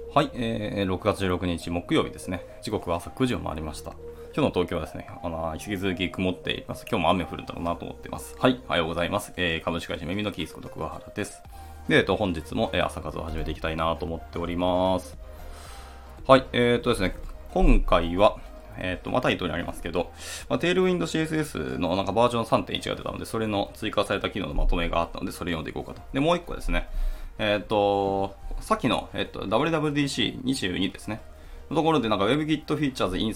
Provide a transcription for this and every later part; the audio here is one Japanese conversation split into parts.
はい、6月16日木曜日ですね。時刻は朝9時を回りました。今日の東京はですね、引き続き曇っています。今日も雨降るんだろうなと思っています。はい、おはようございます。株式会社耳のキースこと桑原です。で、本日も、朝活を始めていきたいなと思っております。はい、ですね、今回は、タイトルにありますけど、テールウィンド CSS のなんかバージョン 3.1 が出たので、それの追加された機能のまとめがあったので、それ読んでいこうかと。で、もう一個ですね、さっきの、WWDC22 ですね。のところで、なんか WebGit Features in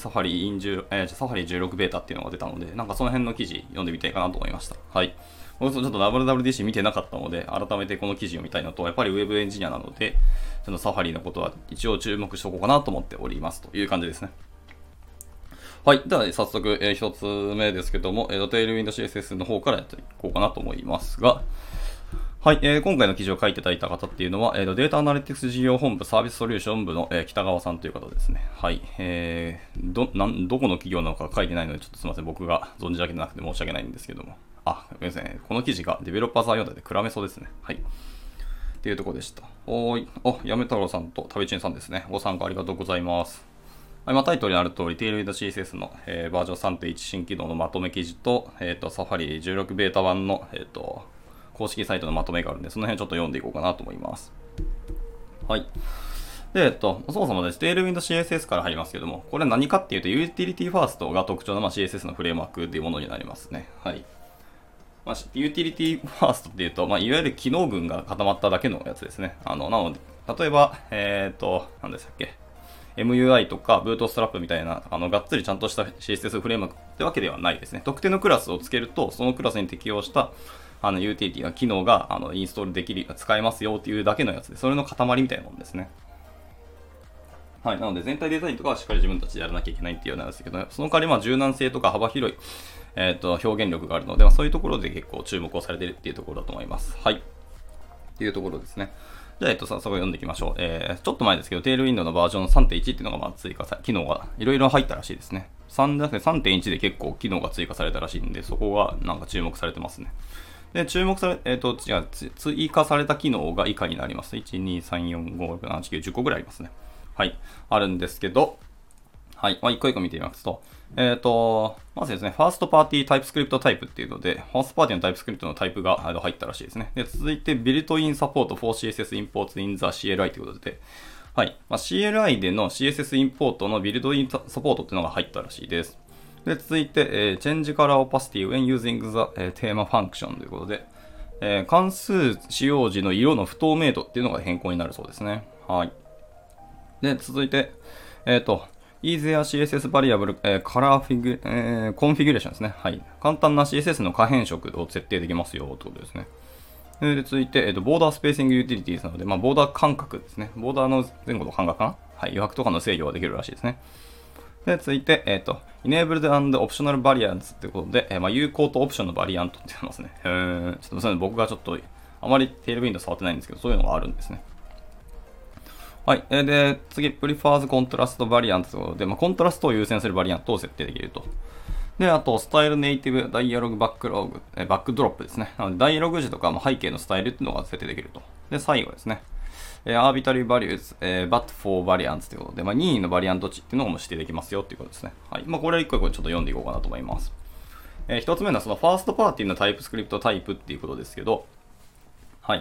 Safari 16ベータっていうのが出たので、なんかその辺の記事読んでみたいかなと思いました。はい。僕ちょっと WWDC 見てなかったので、改めてこの記事を見たいのと、やっぱり Web エンジニアなので、その Safari のことは一応注目しておこうかなと思っておりますという感じですね。はい。では、早速、一つ目ですけども、Tailwind CSS の方からやっていこうかなと思いますが、はい、今回の記事を書いていただいた方っていうのは、データアナリティクス事業本部サービスソリューション部の、北川さんという方ですね。はい、どこの企業なのか書いてないので、ちょっとすみません、僕が存じ上げてなくて申し訳ないんですけども。ごめんなさいね。この記事がデベロッパーさん読んだでクラメソですね。はい。っていうところでした。やめ太郎さんと食べちんさんですね。ご参加ありがとうございます。はい、タイトルにある通り、Tailwind CSS の、バージョン 3.1 新機能のまとめ記事と、Safari 16ベータ版の、公式サイトのまとめがあるんで、その辺ちょっと読んでいこうかなと思います。はい。で、そもそもです、Tailwind CSS から入りますけども、これ何かっていうと、ユーティリティファーストが特徴の、CSS のフレームワークっていうものになりますね。はい。ユーティリティファーストっていうと、いわゆる機能群が固まっただけのやつですね。なので、例えば、何でしたっけ。MUI とか Bootstrap みたいな、がっつりちゃんとした CSS フレームワークってわけではないですね。特定のクラスをつけると、そのクラスに適用したユーティリティが機能がインストールできる、使えますよっていうだけのやつで、それの塊みたいなもんですね。はい。なので、全体デザインとかはしっかり自分たちでやらなきゃいけないっていうようなんですけど、その代わり柔軟性とか幅広い、表現力があるので、そういうところで結構注目をされているっていうところだと思います。はい。っていうところですね。じゃあ、早速読んでいきましょう。ちょっと前ですけど、Tailwind のバージョン 3.1 っていうのが追加され、機能がいろいろ入ったらしいですね。3.1 で結構機能が追加されたらしいんで、そこがなんか注目されてますね。で、追加された機能が以下になります。1、2、3、4、5、6、7、8、9、10個ぐらいありますね。はい。あるんですけど、はい。一個一個見てみますと、まずですね、ファーストパーティータイプスクリプトタイプっていうので、ファーストパーティーのタイプスクリプトのタイプが入ったらしいですね。で、続いて、ビルトインサポート for CSS imports in the CLI ということで、はい。CLI での CSS インポートのビルトインサポートっていうのが入ったらしいです。で、続いて、Change Color Opacity when using the Theme Function ということで、関数使用時の色の不透明度っていうのが変更になるそうですね。はい。で、続いて、Easier CSS Variable、Color Configuration ですね。はい。簡単な CSS の可変色を設定できますよ、ということですね。で、続いて、ボーダースペーシングユーティリティなので、ボーダー間隔ですね。ボーダーの前後の間隔かな。はい。余白とかの制御ができるらしいですね。で、続いて、Enabled and Optional Variants ということで、有効とオプションのバリアントって言いますね。ちょっとそれ僕がちょっと、あまり Tailwind 触ってないんですけど、そういうのがあるんですね。はい。で、次、Prefers Contrast Variant ということで、コントラストを優先するバリアントを設定できると。で、あと、Style Native Dialog Backlog、バックドロップですね。なので、ダイアログ時とか、背景のスタイルっていうのが設定できると。で、最後ですね。Arbitrary Values、but for Variants ということで、任意のバリアント値っていうのも指定できますよっていうことですね。はい。これ一個一個ちょっと読んでいこうかなと思います。一つ目のそのファーストパーティーのタイプスクリプトタイプっていうことですけど、はい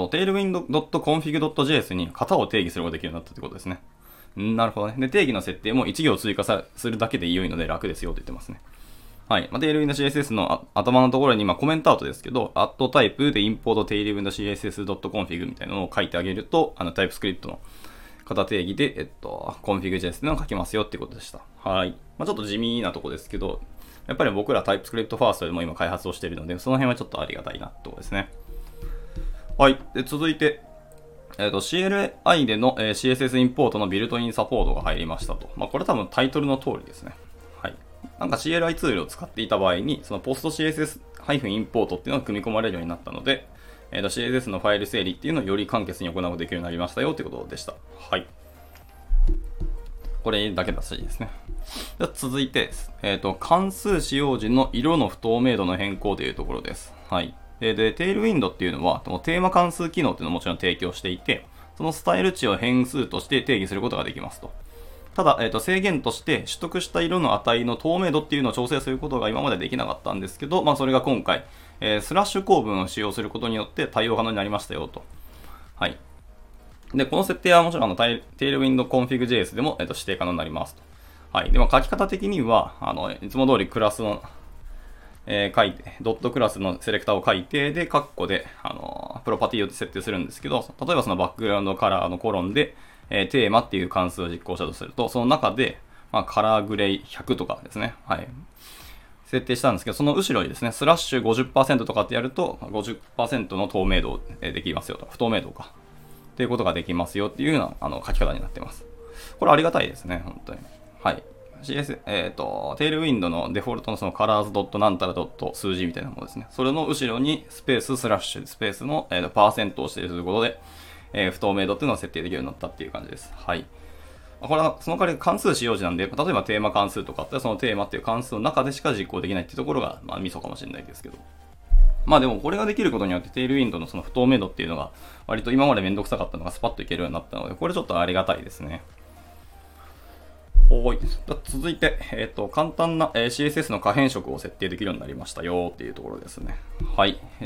。tailwind.config.js に型を定義することができるようになったということですね。なるほどね。で、定義の設定も1行追加するだけで良いので楽ですよと言ってますね。はい。Tailwind CSS の頭のところに、コメントアウトですけど、タイプで import tailwind css.config みたいなのを書いてあげると、タイプスクリプトの型定義で、config.js っていうのを書きますよっていうことでした。はい。ちょっと地味なところですけど、やっぱり僕らタイプスクリプトファーストでも今開発をしているので、その辺はちょっとありがたいなってところですね。はい。で、続いて、CLI での、CSS インポートのビルトインサポートが入りましたと。これ多分タイトルの通りですね。はい。なんか CLI ツールを使っていた場合に、そのポスト CSS- インポートっていうのが組み込まれるようになったので、CSS のファイル整理っていうのをより簡潔に行うことができるようになりましたよということでした。はい。これだけだしですね。では続いて、関数使用時の色の不透明度の変更というところです。はい。で、Tailwind っていうのは、テーマ関数機能っていうのをもちろん提供していて、 そのスタイル値を変数として定義することができますと。ただ、制限として取得した色の値の透明度っていうのを調整することが今までできなかったんですけど、それが今回、スラッシュ構文を使用することによって対応可能になりましたよと。はい。で、この設定はもちろんTailwind Config.js でも、指定可能になりますと。はい。でも書き方的には、いつも通りクラスの、書いて、ドットクラスのセレクターを書いて、で、カッコで、プロパティを設定するんですけど、例えばそのバックグラウンドカラーのコロンで、テーマっていう関数を実行したとすると、その中で、カラーグレイ100とかですね。はい。設定したんですけど、その後ろにですね、スラッシュ 50% とかってやると、50% の透明度をできますよと。不透明度か。っていうことができますよっていうような書き方になっています。これありがたいですね、本当に。はい。Tailwind のデフォルトのその colors. なんたら数字みたいなものですね。それの後ろにスペーススラッシュ、スペースの、パーセントを指定することで、不透明度っていうのを設定できるようになったっていう感じです。はい。これはその代わり関数使用時なんで、例えばテーマ関数とかあったらそのテーマっていう関数の中でしか実行できないっていうところが、ミソかもしれないですけど。でもこれができることによってテールウィンドのその不透明度っていうのが割と今までめんどくさかったのがスパッといけるようになったので、これちょっとありがたいですね。はい。続いて、簡単な CSS の可変色を設定できるようになりましたよっていうところですね。はい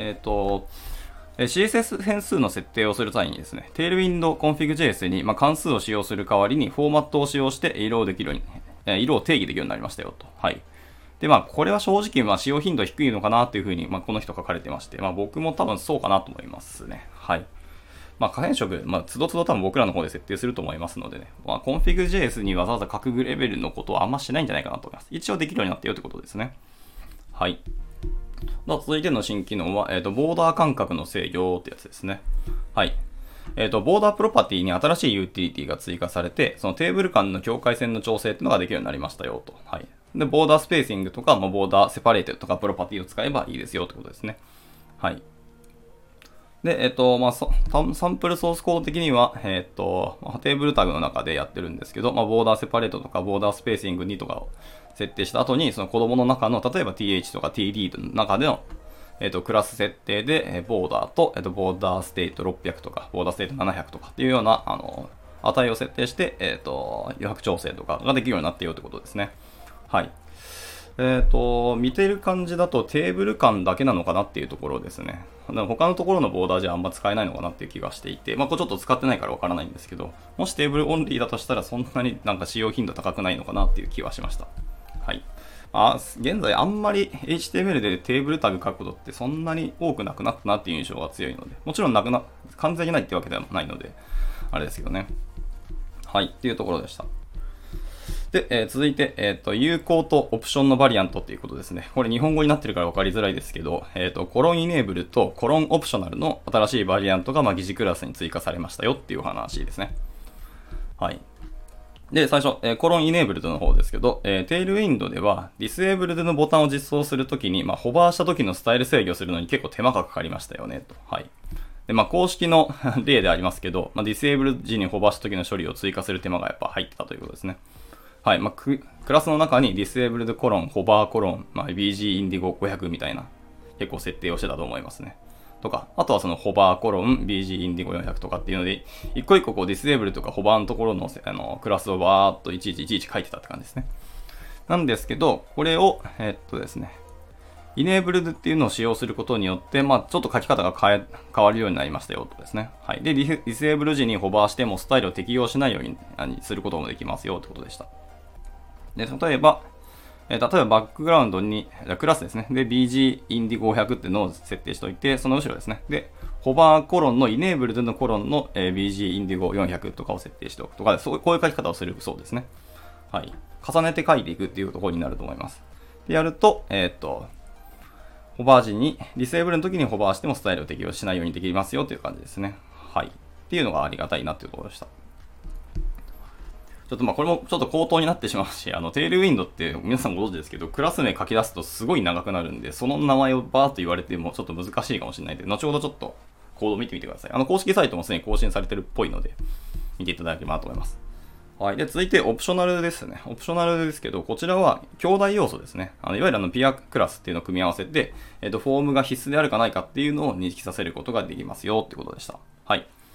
。CSS 変数の設定をする際にですね、Tailwind Config.js に、関数を使用する代わりにフォーマットを使用して色を定義できるようになりましたよと。はい。で、これは正直、使用頻度低いのかなっていうふうに、この人書かれてまして、僕も多分そうかなと思いますね。はい。可変色、つどつど多分僕らの方で設定すると思いますのでね、Config.js にわざわざ書くレベルのことはあんましないんじゃないかなと思います。一応できるようになったよってことですね。はい。続いての新機能は、ボーダー間隔の制御ってやつですね。はい。ボーダープロパティに新しいユーティリティが追加されて、そのテーブル間の境界線の調整っていうのができるようになりましたよと。はい。で、ボーダースペーシングとか、ボーダーセパレートとかプロパティを使えばいいですよってことですね。はい。で、サンプルソースコード的には、テーブルタグの中でやってるんですけど、ボーダーセパレートとか、ボーダースペーシング2とかを設定した後に、その子供の中の、例えば th とか td の中での、クラス設定で、ボーダーと、ボーダーステート600とか、ボーダーステート700とかっていうような、値を設定して、余白調整とかができるようになっているということですね。はい。見てる感じだとテーブル間だけなのかなっていうところですね。他のところのボーダーじゃあんま使えないのかなっていう気がしていて、これちょっと使ってないからわからないんですけど、もしテーブルオンリーだとしたらそんなに使用頻度高くないのかなっていう気はしました。はい。現在あんまり HTML でテーブルタグ書くことってそんなに多くなくなったなっていう印象が強いので、もちろん完全にないってわけではないので、あれですけどね。はい。っていうところでした。で、続いて、有効とオプションのバリアントっていうことですね。これ日本語になってるから分かりづらいですけど、コロンイネーブルとコロンオプショナルの新しいバリアントが疑似クラスに追加されましたよっていう話ですね。はい。で、最初、コロンイネーブルの方ですけど、テールウィンドでは、ディスエーブルドのボタンを実装するときに、ホバーした時のスタイル制御するのに結構手間がかかりましたよね、と。はい。で、公式の例でありますけど、ディスエーブル時にホバーした時の処理を追加する手間がやっぱ入ってたということですね。はい。クラスの中に disabled コロン、ホバーコロン、BG インディゴ500みたいな結構設定をしてたと思いますね。とか、あとはそのホバーコロン、BG インディゴ400とかっていうので、一個一個disabled とかホバーのところのクラスをバーっといちいち書いてたって感じですね。なんですけど、これを、ですね、enabled っていうのを使用することによって、ちょっと書き方が変わるようになりましたよとですね。はい。で、disable 時にホバーしてもスタイルを適用しないようにすることもできますよってことでした。で、例えばバックグラウンドに、クラスですね。で、BG インディゴ500っていうのを設定しておいて、その後ろですね。で、ホバーコロンの enabled のコロンの BG インディゴ400とかを設定しておくとか、こういう書き方をするそうですね。はい。重ねて書いていくっていうところになると思います。で、やると、ホバー時に、ディセーブルの時にホバーしてもスタイルを適用しないようにできますよという感じですね。はい。っていうのがありがたいなというところでした。ちょっとこれもちょっと口頭になってしまうし、テールウィンドって皆さんご存知ですけど、クラス名書き出すとすごい長くなるんで、その名前をバーっと言われてもちょっと難しいかもしれないので、後ほどちょっとコードを見てみてください。公式サイトもすでに更新されてるっぽいので、見ていただければなと思います。はい。で、続いてオプショナルですね。オプショナルですけど、こちらは兄弟要素ですね。いわゆるピアクラスっていうのを組み合わせて、フォームが必須であるかないかっていうのを認識させることができますよってことでした。はい。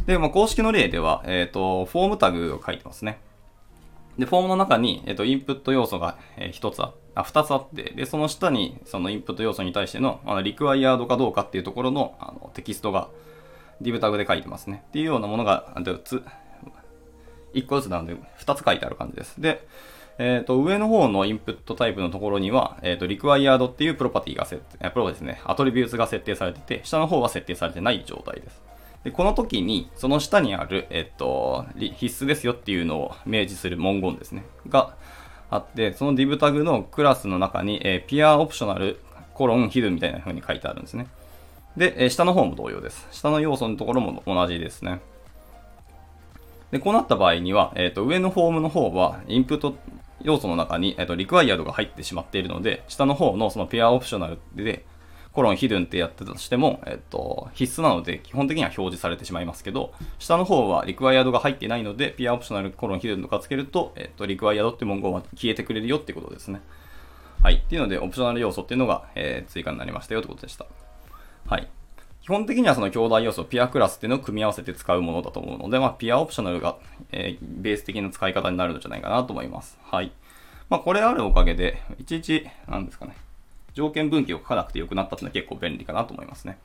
で、公式の例では、フォームタグを書いてますね。で、フォームの中に、インプット要素が2つあって、で、その下に、そのインプット要素に対しての、リクワイヤードかどうかっていうところの、テキストが、div タグで書いてますね。っていうようなものが、1個ずつなので、2つ書いてある感じです。で、上の方のインプットタイプのところには、required っていうプロパティがアトリビューツが設定されてて、下の方は設定されてない状態です。で、この時に、その下にある、必須ですよっていうのを明示する文言ですね。があって、その div タグのクラスの中に、peer optional コロン hidden みたいな風に書いてあるんですね。で、下の方も同様です。下の要素のところも同じですね。で、こうなった場合には、上のフォームの方は、インプット要素の中に、required が入ってしまっているので、下の方のその peer optional で、コロンヒドゥンってやってたとしても、必須なので、基本的には表示されてしまいますけど、下の方はリクワイアドが入っていないので、ピアオプショナルコロンヒドゥンとかつけると、リクワイアドって文言は消えてくれるよってことですね。はい。っていうので、オプショナル要素っていうのが、追加になりましたよってことでした。はい。基本的にはその兄弟要素、ピアクラスっていうのを組み合わせて使うものだと思うので、ピアオプショナルが、ベース的な使い方になるのじゃないかなと思います。はい。これあるおかげで、いちいち、なんですかね。条件分岐を書かなくてよくなったっていうのは結構便利かなと思いますね。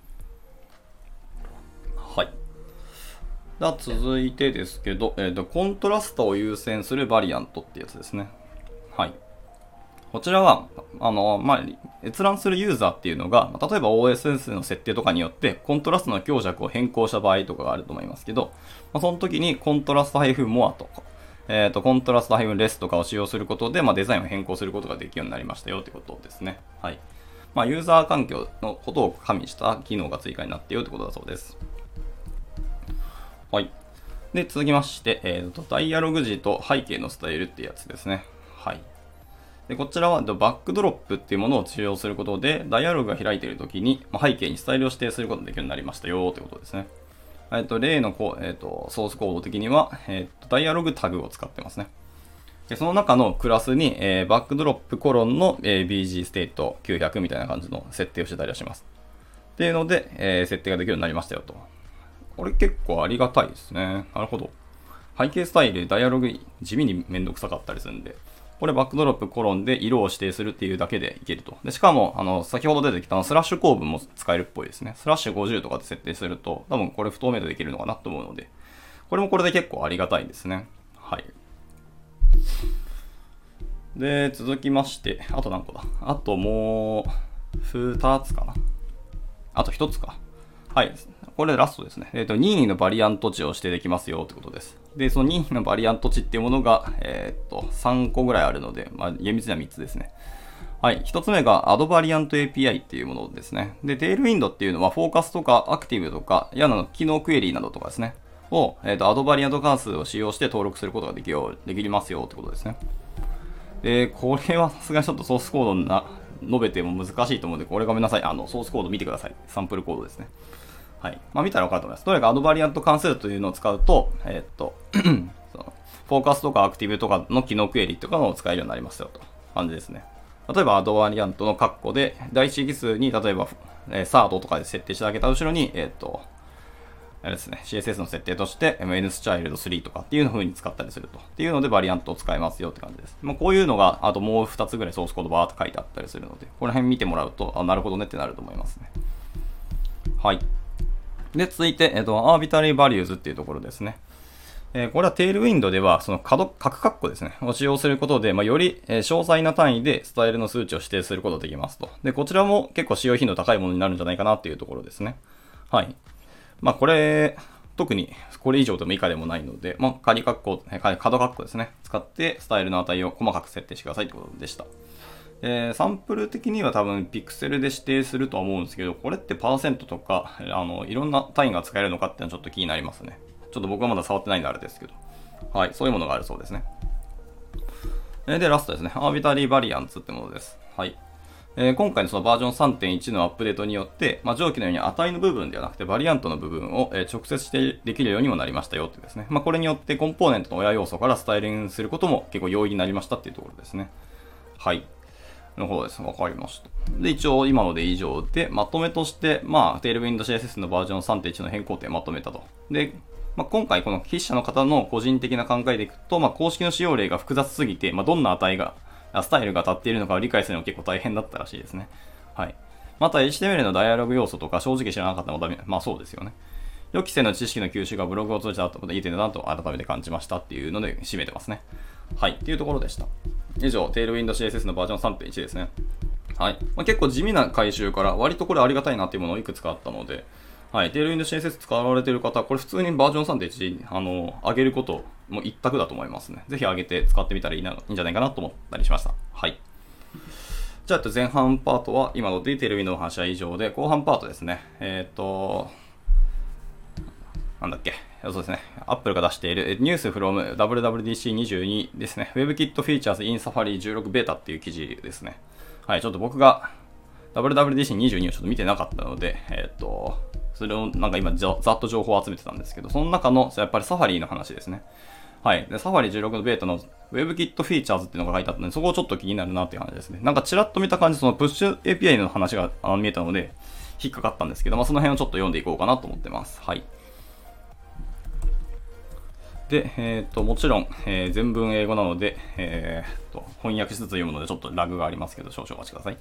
はい。では続いてですけど、コントラストを優先するバリアントってやつですね。はい。こちらは、閲覧するユーザーっていうのが、例えば OSS の設定とかによって、コントラストの強弱を変更した場合とかがあると思いますけど、その時にコントラスト -more とか、コントラスト-less とかを使用することで、デザインを変更することができるようになりましたよってことですね。はい。ユーザー環境のことを加味した機能が追加になっているということだそうです。はい。で、続きまして、ダイアログ時と背景のスタイルっていうやつですね。はい。で、こちらはバックドロップっていうものを使用することで、ダイアログが開いているときに、背景にスタイルを指定することができるようになりましたよということですね。例のソースコード的には、ダイアログタグを使ってますね。でその中のクラスに、バックドロップコロンの、BG ステート900みたいな感じの設定をしてたりはします。っていうので、設定ができるようになりましたよと。これ結構ありがたいですね。なるほど。背景スタイル、ダイアログ地味にめんどくさかったりするんで、これバックドロップコロンで色を指定するっていうだけでいけると。でしかも、先ほど出てきたスラッシュ構文も使えるっぽいですね。スラッシュ50とかで設定すると、多分これ不透明度できるのかなと思うので、これもこれで結構ありがたいですね。はい。で、続きまして、あと何個だ？あともう、2つかな。あと1つか。はい。これラストですね。任意のバリアント値を指定できますよってことです。で、その任意のバリアント値っていうものが、3個ぐらいあるので、厳密には3つですね。はい。1つ目が Add Variant API っていうものですね。で、Tailwind っていうのはフォーカスとかアクティブとか、機能クエリーなどとかですね。を、Add Variant 関数を使用して登録することができますよってことですね。で、これはさすがにちょっとソースコード述べても難しいと思うので、これごめんなさい。ソースコード見てください。サンプルコードですね。はい。見たら分かると思います。とにかくアドバリアント関数というのを使うと、フォーカスとかアクティブとかの機能クエリとかのを使えるようになりますよと感じですね。例えばアドバリアントの括弧で、第一義数に例えば、サードとかで設定してあげた後ろに、あれですね、CSS の設定として、NSChild3 とかっていう風に使ったりすると。っていうのでバリアントを使えますよって感じです。こういうのが、あともう2つぐらいソースコードバーっと書いてあったりするので、この辺見てもらうと、なるほどねってなると思いますね。はい。で、続いて、Arbitrary Values っていうところですね。これは Tailwind では、その角括弧ですね、を使用することで、より詳細な単位でスタイルの数値を指定することができますと。で、こちらも結構使用頻度高いものになるんじゃないかなっていうところですね。はい。これ、特にこれ以上でも以下でもないので、角括弧ですね。使ってスタイルの値を細かく設定してくださいってことでした。サンプル的には多分ピクセルで指定するとは思うんですけど、これってパーセントとか、いろんな単位が使えるのかっていうのはちょっと気になりますね。ちょっと僕はまだ触ってないんであれですけど。はい、そういうものがあるそうですね。で、ラストですね。Arbitrary Variance ってものです。はい。今回のそのバージョン 3.1 のアップデートによって、上記のように値の部分ではなくてバリアントの部分を直接してできるようにもなりましたよってですね。これによってコンポーネントの親要素からスタイリングすることも結構容易になりましたっていうところですね。はい。の方です。わかりました。で、一応今ので以上で、まとめとして、Tailwind CSS のバージョン 3.1 の変更点まとめたと。で、 今回この筆者の方の個人的な考えでいくと、公式の使用例が複雑すぎて、どんな値が、スタイルが当たっているのかを理解するのが結構大変だったらしいですね。はい。また HTML のダイアログ要素とか正直知らなかったのもダメ。そうですよね。予期せぬ知識の吸収がブログを通じてあったことでいい点だなと改めて感じましたっていうので締めてますね。はい。っていうところでした。以上、Tailwind CSS のバージョン 3.1 ですね。はい。結構地味な回収から割とこれありがたいなっていうものをいくつかあったので、はい。Tailwind CSS 使われている方は、これ普通にバージョン 3.1 上げることも一択だと思いますね。ぜひ上げて使ってみたらいいんじゃないかなと思ったりしました。はい。じゃあ、前半パートは今のディテールウィンドウの話は以上で、後半パートですね。なんだっけ。そうですね。Apple が出している News from WWDC22 ですね。WebKit Features in Safari 16 Beta っていう記事ですね。はい。ちょっと僕が WWDC22 をちょっと見てなかったので、それをなんか今ざっと情報を集めてたんですけど、その中のやっぱり Safari の話ですね。はい。で、Safari 16のベータの WebKit Features っていうのが書いてあったので、そこをちょっと気になるなっていう話ですね。なんかチラッと見た感じ、その Push API の話が見えたので、引っかかったんですけど、その辺をちょっと読んでいこうかなと思ってます。はい。で、もちろん、全文英語なので、翻訳しつつ読むのでちょっとラグがありますけど、少々お待ちください。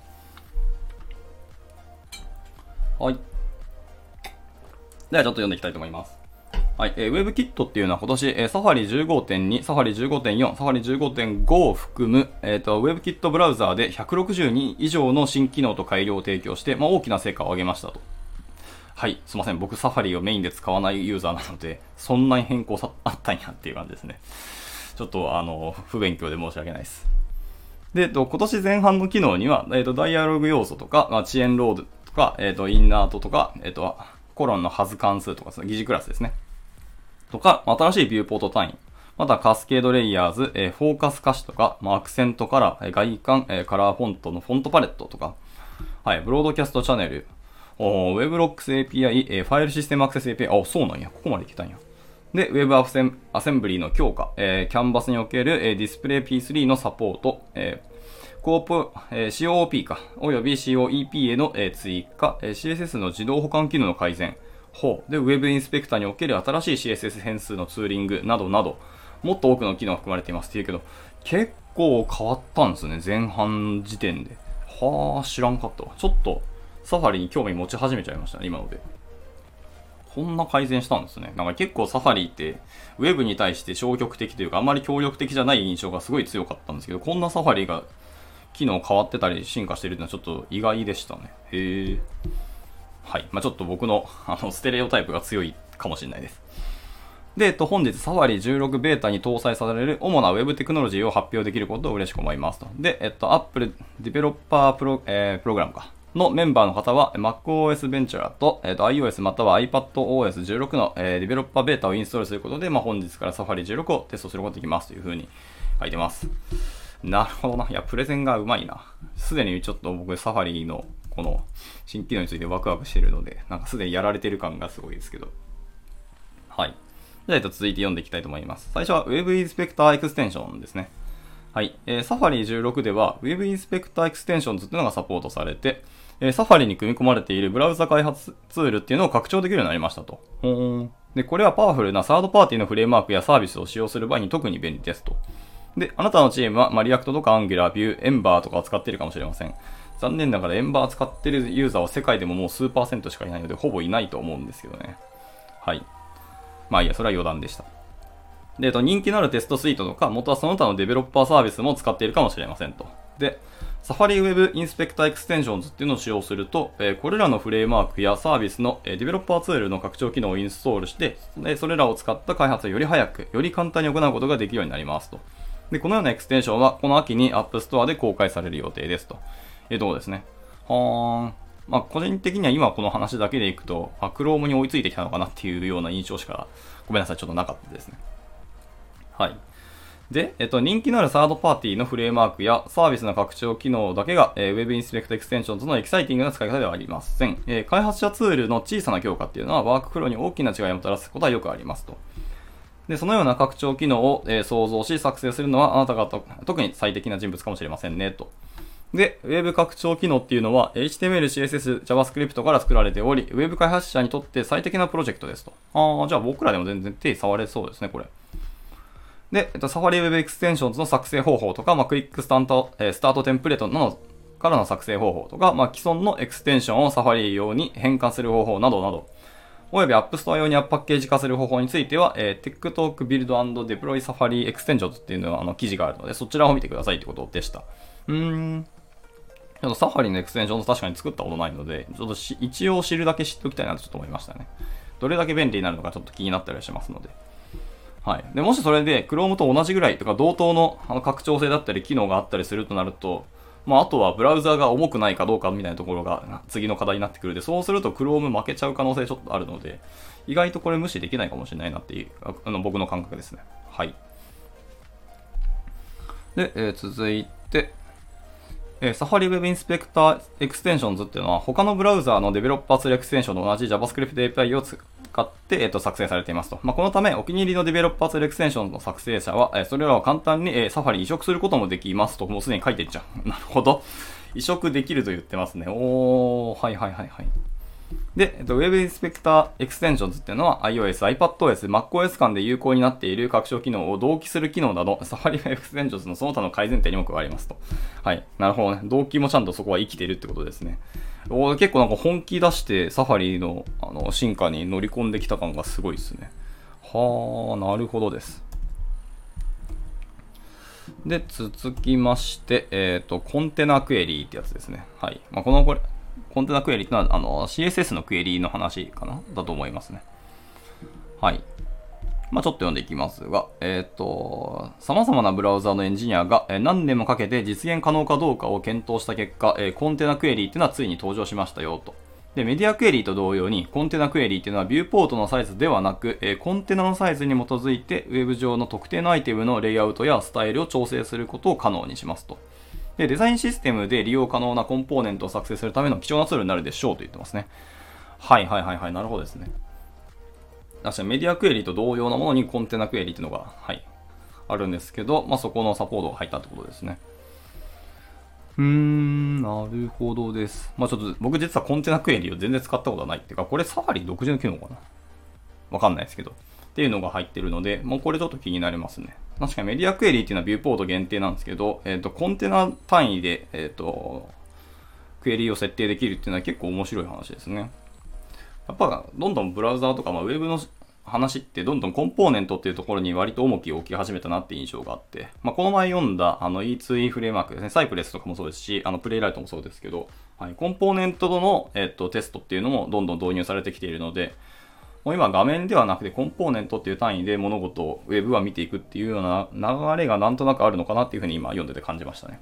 はい。ではちょっと読んでいきたいと思います。はい。WebKit っていうのは今年、Safari 15.2、Safari 15.4、Safari 15.5を含む、WebKit ブラウザーで162以上の新機能と改良を提供して、大きな成果を上げましたと。はい。すいません。僕、Safari をメインで使わないユーザーなので、そんなに変更あったんやっていう感じですね。ちょっと、不勉強で申し訳ないです。で、今年前半の機能には、ダイアログ要素とか、遅延ロードとか、インナートとか、コロンの数関数とか、疑似クラスですね。とか、新しいビューポート単位。また、カスケードレイヤーズ、フォーカス可視とか、アクセントカラー、外観、カラーフォントのフォントパレットとか、はい、ブロードキャストチャンネル、WebRox API、ファイルシステムアクセス API、そうなんや、ここまで来たんや。で、Web アセンブリの強化、キャンバスにおける、ディスプレイ P3 のサポート、COP か、および COEP への、追加、CSS の自動保管機能の改善、で、Web インスペクターにおける新しい CSS 変数のツーリングなどなど、もっと多くの機能が含まれていますっていうけど、結構変わったんですね、前半時点で。知らんかったわ。ちょっと、サファリに興味持ち始めちゃいましたね、今ので。こんな改善したんですね。なんか結構サファリって、ウェブに対して消極的というか、あまり協力的じゃない印象がすごい強かったんですけど、こんなサファリが機能変わってたり進化してるっていうのはちょっと意外でしたね。はい。ちょっと僕の、ステレオタイプが強いかもしれないです。で、本日、サファリ16ベータに搭載される主な Web テクノロジーを発表できることを嬉しく思いますと。で、Apple Developer プログラムのメンバーの方は MacOS Ventura と、iOS または iPadOS16 の、デベロッパーベータをインストールすることで、本日から Safari 16をテストすることができますという風に書いてます。なるほどな。いや、プレゼンがうまいな。すでにちょっと僕 Safari のこの新機能についてワクワクしているので、なんかすでにやられてる感がすごいですけど。はい。じゃあ、続いて読んでいきたいと思います。最初は Web Inspector Extension ですね。はい。Safari 16では Web Inspector Extensions っていうのがサポートされて、Safari に組み込まれているブラウザ開発ツールっていうのを拡張できるようになりましたと。で、これはパワフルなサードパーティーのフレームワークやサービスを使用する場合に特に便利ですと。で、あなたのチームは、リアクトとか Angular、Vue、Ember とかを使っているかもしれません。残念ながら Ember 使っているユーザーは世界でももう数%しかいないので、ほぼいないと思うんですけどね。はい。いや、それは余談でした。で、人気のあるテストスイートとか、元はその他のデベロッパーサービスも使っているかもしれませんと。で、Safari Web Inspector Extensions っていうのを使用すると、これらのフレームワークやサービスの、デベロッパーツールの拡張機能をインストールして、それらを使った開発をより早く、より簡単に行うことができるようになりますと。で、このようなエクステンションは、この秋に App Store で公開される予定ですと。ところですね。個人的には今この話だけでいくと、Chrome に追いついてきたのかなっていうような印象しか、ごめんなさい、ちょっとなかったですね。はい。で、人気のあるサードパーティーのフレームワークやサービスの拡張機能だけが、Web Inspector Extensions のエキサイティングな使い方ではありません。開発者ツールの小さな強化っていうのはワークフローに大きな違いをもたらすことはよくありますと。で、そのような拡張機能を、創造し作成するのはあなたが特に最適な人物かもしれませんねと。 で、Web 拡張機能っていうのは HTML、CSS、JavaScript から作られており、Web 開発者にとって最適なプロジェクトですと。じゃあ僕らでも全然手触れそうですね、これ。で、Safari Web Extensions の作成方法とか、クイックスタートテンプレートからの作成方法とか、既存のエクステンションを Safari 用に変換する方法などなど、および App Store 用にパッケージ化する方法については、TikTok Build and Deploy Safari Extensions っていうのは記事があるので、そちらを見てくださいってことでした。ちょっとサファリのエクステンション確かに作ったことないので、ちょっと一応知るだけ知っておきたいなとちょっと思いましたね。どれだけ便利になるのかちょっと気になったりしますので。はい。で、もしそれで Chrome と同じぐらいとか同等の拡張性だったり機能があったりするとなると、あとはブラウザが重くないかどうかみたいなところが次の課題になってくるので、そうすると Chrome 負けちゃう可能性ちょっとあるので、意外とこれ無視できないかもしれないなっていう、僕の感覚ですね。はい。で、続いて、Safari Web Inspector Extensions っていうのは他のブラウザーのデベロッパーツエクステンションと同じ JavaScript API を使って、作成されていますと。このためお気に入りのデベロッパーツエクステンションの作成者は、それらを簡単に、Safari に移植することもできますと、もうすでに書いていっちゃう。なるほど。移植できると言ってますね。はいはいはいはい。で、Web Inspector Extensions っていうのは iOS、iPadOS、MacOS 間で有効になっている拡張機能を同期する機能など Safari Web Extensions のその他の改善点にも加わりますと。はい。なるほどね。同期もちゃんとそこは生きてるってことですね。結構なんか本気出して Safari の進化に乗り込んできた感がすごいですね。なるほどです。で、続きまして、コンテナクエリーってやつですね。はい。コンテナクエリってのはCSS のクエリの話かなだと思いますね。はい。ちょっと読んでいきますが、様々なブラウザーのエンジニアが何年もかけて実現可能かどうかを検討した結果、コンテナクエリっていうのはついに登場しましたよと。で、メディアクエリと同様に、コンテナクエリっていうのはビューポートのサイズではなく、コンテナのサイズに基づいて、ウェブ上の特定のアイテムのレイアウトやスタイルを調整することを可能にしますと。で、デザインシステムで利用可能なコンポーネントを作成するための貴重なツールになるでしょうと言ってますね。はいはいはいはい、なるほどですね。確かにメディアクエリと同様なものにコンテナクエリっていうのが、はい、あるんですけど、そこのサポートが入ったってことですね。なるほどです。ちょっと僕実はコンテナクエリを全然使ったことはないっていうか、これサファリ独自の機能かなわかんないですけど。っていうのが入ってるので、もうこれちょっと気になりますね。確かにメディアクエリっていうのはビューポート限定なんですけど、コンテナ単位で、クエリを設定できるっていうのは結構面白い話ですね。やっぱどんどんブラウザーとか、ウェブの話ってどんどんコンポーネントっていうところに割と重きを置き始めたなって印象があって、この前読んだE2E フレームワークですね、サイプレスとかもそうですし、プレイライトもそうですけど、はい、コンポーネントの、テストっていうのもどんどん導入されてきているので、もう今画面ではなくてコンポーネントっていう単位で物事を Web は見ていくっていうような流れがなんとなくあるのかなっていうふうに今読んでて感じましたね。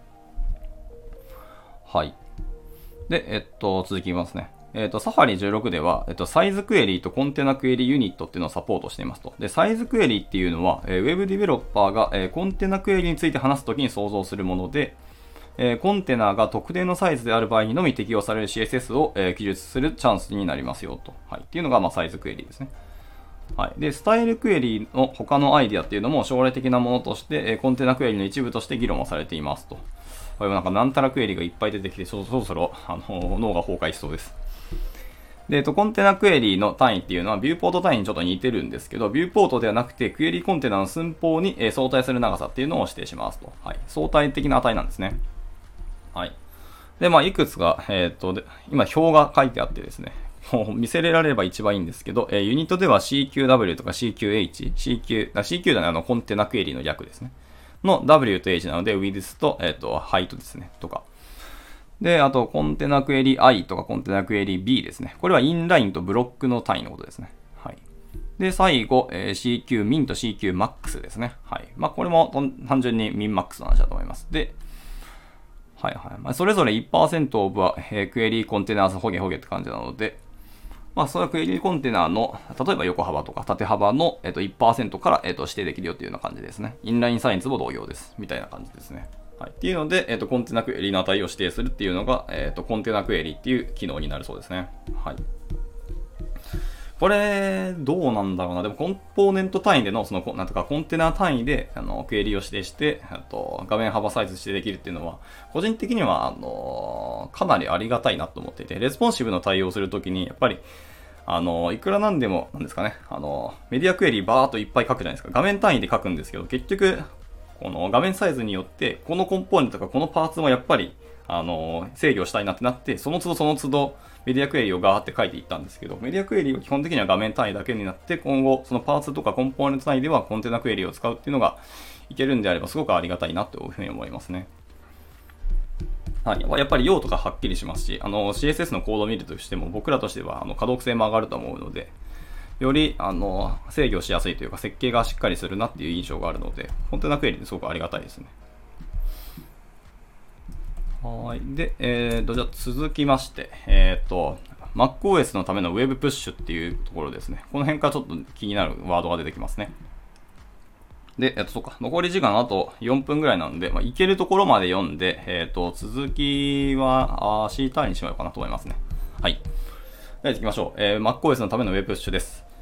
はい。で、続きますね。サファリ16では、サイズクエリとコンテナクエリユニットっていうのをサポートしていますと。で、サイズクエリっていうのは、Web ディベロッパーが、コンテナクエリについて話すときに想像するもので、コンテナが特定のサイズである場合にのみ適用される CSS を、記述するチャンスになりますよと。はい。っていうのが、サイズクエリですね。はい。で、スタイルクエリの他のアイディアっていうのも将来的なものとして、コンテナクエリの一部として議論をされていますと。これなんかなんたらクエリがいっぱい出てきて、そろそろ、脳が崩壊しそうです。で、コンテナクエリの単位っていうのはビューポート単位にちょっと似てるんですけど、ビューポートではなくてクエリコンテナの寸法に相対する長さっていうのを指定しますと。はい。相対的な値なんですね。はい。で、いくつか、今表が書いてあってですね、見せられれば一番いいんですけど、ユニットでは CQW とか CQH、CQ だね、コンテナクエリの略ですね。の W と H なので、width と、height ですね、とか。で、あと、コンテナクエリ I とかコンテナクエリ B ですね。これはインラインとブロックの単位のことですね。はい。で、最後、CQ min と CQ max ですね。はい。これも単純に min max の話だと思います。で、はいはい。それぞれ 1% of は、クエリコンテナーズホゲホゲって感じなので、それはクエリコンテナの、例えば横幅とか縦幅の、1% から、指定できるよっていうような感じですね。インラインサイズも同様です。みたいな感じですね。はい。っていうので、コンテナクエリの値を指定するっていうのが、コンテナクエリっていう機能になるそうですね。はい。ここれ、どうなんだろうな。でも、コンポーネント単位での、なんとかコンテナ単位で、クエリを指定して、画面幅サイズ指定できるっていうのは、個人的には、かなりありがたいなと思っていて、レスポンシブの対応するときに、やっぱり、いくらなんでも、なんですかね、メディアクエリバーっといっぱい書くじゃないですか。画面単位で書くんですけど、結局、この画面サイズによって、このコンポーネントとかこのパーツもやっぱり、制御したいなってなって、その都度その都度、メディアクエリをガーって書いていったんですけど、メディアクエリは基本的には画面単位だけになって、今後、そのパーツとかコンポーネント単位ではコンテナクエリを使うっていうのがいけるんであれば、すごくありがたいなというふうに思いますね。はい。やっぱり用途がはっきりしますし、CSS のコードを見るとしても、僕らとしては、可読性も上がると思うので、より、制御しやすいというか、設計がしっかりするなっていう印象があるので、コンテナクエリってすごくありがたいですね。はい。で、じゃあ続きまして、MacOS のための Web プッシュっていうところですね。この辺からちょっと気になるワードが出てきますね。で、そうか。残り時間あと4分ぐらいなので、いけるところまで読んで、続きは、C 単位にしようかなと思いますね。はい。では行きましょう。MacOS のための Web プッシュです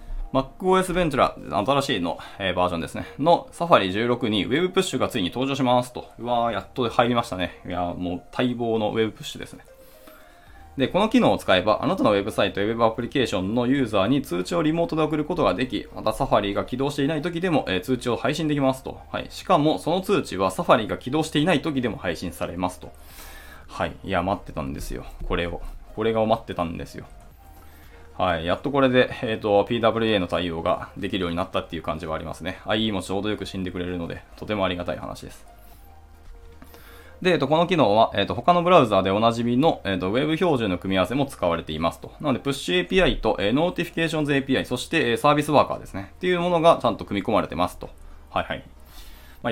。MacOS Ventura、新しいの、バージョンですね。の Safari 16に Web プッシュがついに登場しますと。うわー、やっと入りましたね。いやー、もう待望の Web プッシュですね。で、この機能を使えば、あなたのウェブサイトやウェブアプリケーションのユーザーに通知をリモートで送ることができ、また Safari が起動していない時でも、通知を配信できますと。はい。しかも、その通知は Safari が起動していない時でも配信されますと。はい。いや、待ってたんですよ。これが待ってたんですよ。はい。やっとこれで、PWA の対応ができるようになったっていう感じはありますね。IE もちょうどよく死んでくれるので、とてもありがたい話です。で、この機能は、他のブラウザーでおなじみの、Web 標準の組み合わせも使われていますと。なので、Push API と、Notifications API、そして、サービスワーカーですね。っていうものがちゃんと組み込まれてますと。はいはい。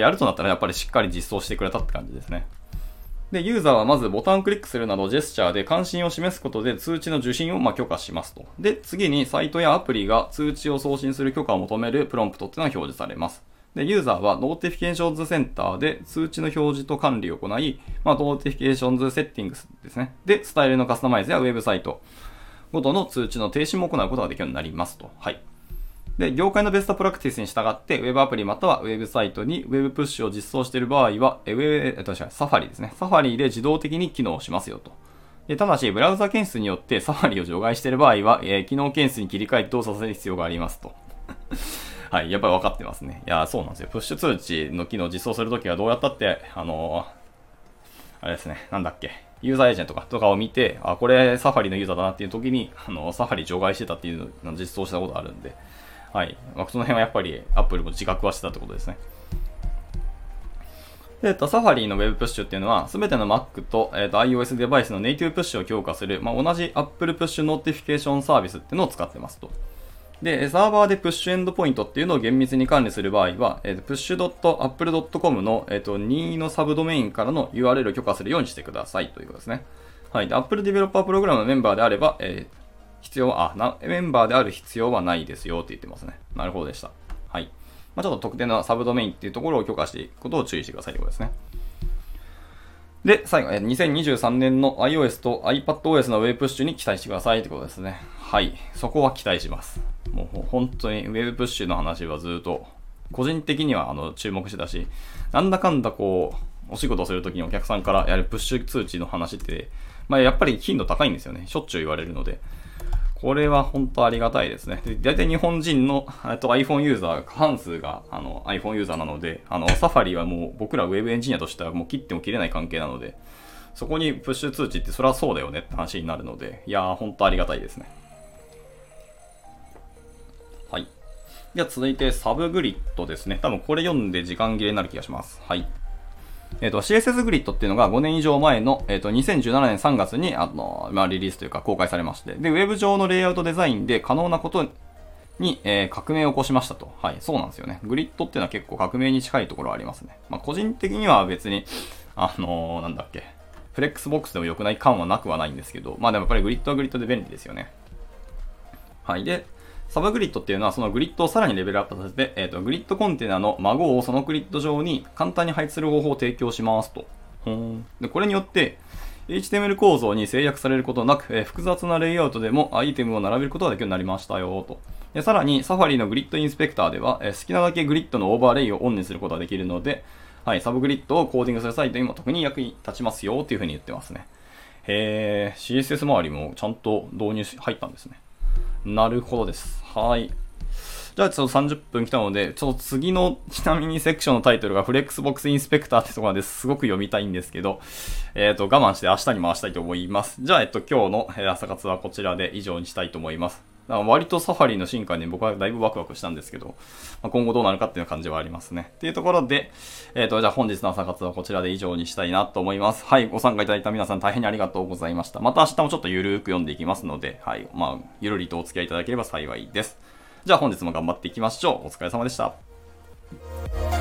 やるとなったらやっぱりしっかり実装してくれたって感じですね。で、ユーザーはまずボタンをクリックするなどジェスチャーで関心を示すことで通知の受信を許可しますと。で、次にサイトやアプリが通知を送信する許可を求めるプロンプトっていうのが表示されます。で、ユーザーは Notifications Center で通知の表示と管理を行い、Notifications Settings ですね。で、スタイルのカスタマイズやウェブサイトごとの通知の停止も行うことができるようになりますと。はい。で、業界のベストプラクティスに従って、ウェブアプリまたはウェブサイトにウェブプッシュを実装している場合は、サファリですね。サファリで自動的に機能しますよと。で、ただし、ブラウザ検出によってサファリを除外している場合は、機能検出に切り替えて動作させる必要がありますと。はい、やっぱり分かってますね。いや、そうなんですよ。プッシュ通知の機能を実装するときはどうやったって、あれですね、なんだっけ。ユーザーエージェントとかを見て、これサファリのユーザーだなっていうときに、サファリ除外してたっていうのを実装したことがあるんで、はい。その辺はやっぱり Apple も自覚はしてたってことですね。で、サファリの Web プッシュっていうのは、すべての Mac と、iOS デバイスのネイティブプッシュを強化する、同じ Apple プッシュノーティフィケーションサービスっていうのを使ってますと。で、サーバーでプッシュエンドポイントっていうのを厳密に管理する場合は、push.apple.com の、任意のサブドメインからの URL を許可するようにしてくださいということですね。はい。で、Apple Developer Program のメンバーであれば、メンバーである必要はないですよって言ってますね。なるほどでした。はい。ちょっと特定のサブドメインっていうところを許可していくことを注意してくださいということですね。で、最後、2023年の iOS と iPadOS の Web プッシュに期待してくださいということですね。はい。そこは期待します。もう本当に Web プッシュの話はずっと、個人的には注目してたし、なんだかんだお仕事をするときにお客さんからやるプッシュ通知の話って、やっぱり頻度高いんですよね。しょっちゅう言われるので。これは本当ありがたいですね。で、大体日本人のiPhone ユーザー、過半数がiPhone ユーザーなので、サファリはもう僕ら Web エンジニアとしてはもう切っても切れない関係なので、そこにプッシュ通知ってそれはそうだよねって話になるので、いやー本当ありがたいですね。はい。では続いてサブグリッドですね。多分これ読んで時間切れになる気がします。はい。CSS グリッドっていうのが5年以上前の、2017年3月に、リリースというか公開されまして、で、ウェブ上のレイアウトデザインで可能なことに、革命を起こしましたと。はい、そうなんですよね。グリッドっていうのは結構革命に近いところはありますね。個人的には別に、なんだっけ、フレックスボックスでも良くない感はなくはないんですけど、でもやっぱりグリッドはグリッドで便利ですよね。はい、で、サブグリッドっていうのはそのグリッドをさらにレベルアップさせて、グリッドコンテナの孫をそのグリッド上に簡単に配置する方法を提供しますと。でこれによって、 HTML 構造に制約されることなく、複雑なレイアウトでもアイテムを並べることができるようになりましたよと。でさらに、サファリのグリッドインスペクターでは、好きなだけグリッドのオーバーレイをオンにすることができるので、はい、サブグリッドをコーディングするサイトにも特に役に立ちますよっていう風に言ってますね。CSS 周りもちゃんと導入入ったんですね。なるほどです。はい。じゃあちょっと30分来たので、ちょっと次のちなみにセクションのタイトルがフレックスボックスインスペクターってところですごく読みたいんですけど、我慢して明日に回したいと思います。じゃあ今日の朝活はこちらで以上にしたいと思います。割とサファリの進化に僕はだいぶワクワクしたんですけど、今後どうなるかっていう感じはありますね。っていうところで、じゃあ本日の朝活はこちらで以上にしたいなと思います。はい、ご参加いただいた皆さん大変にありがとうございました。また明日もちょっとゆるーく読んでいきますので、はい、ゆるりとお付き合いいただければ幸いです。じゃあ本日も頑張っていきましょう。お疲れ様でした。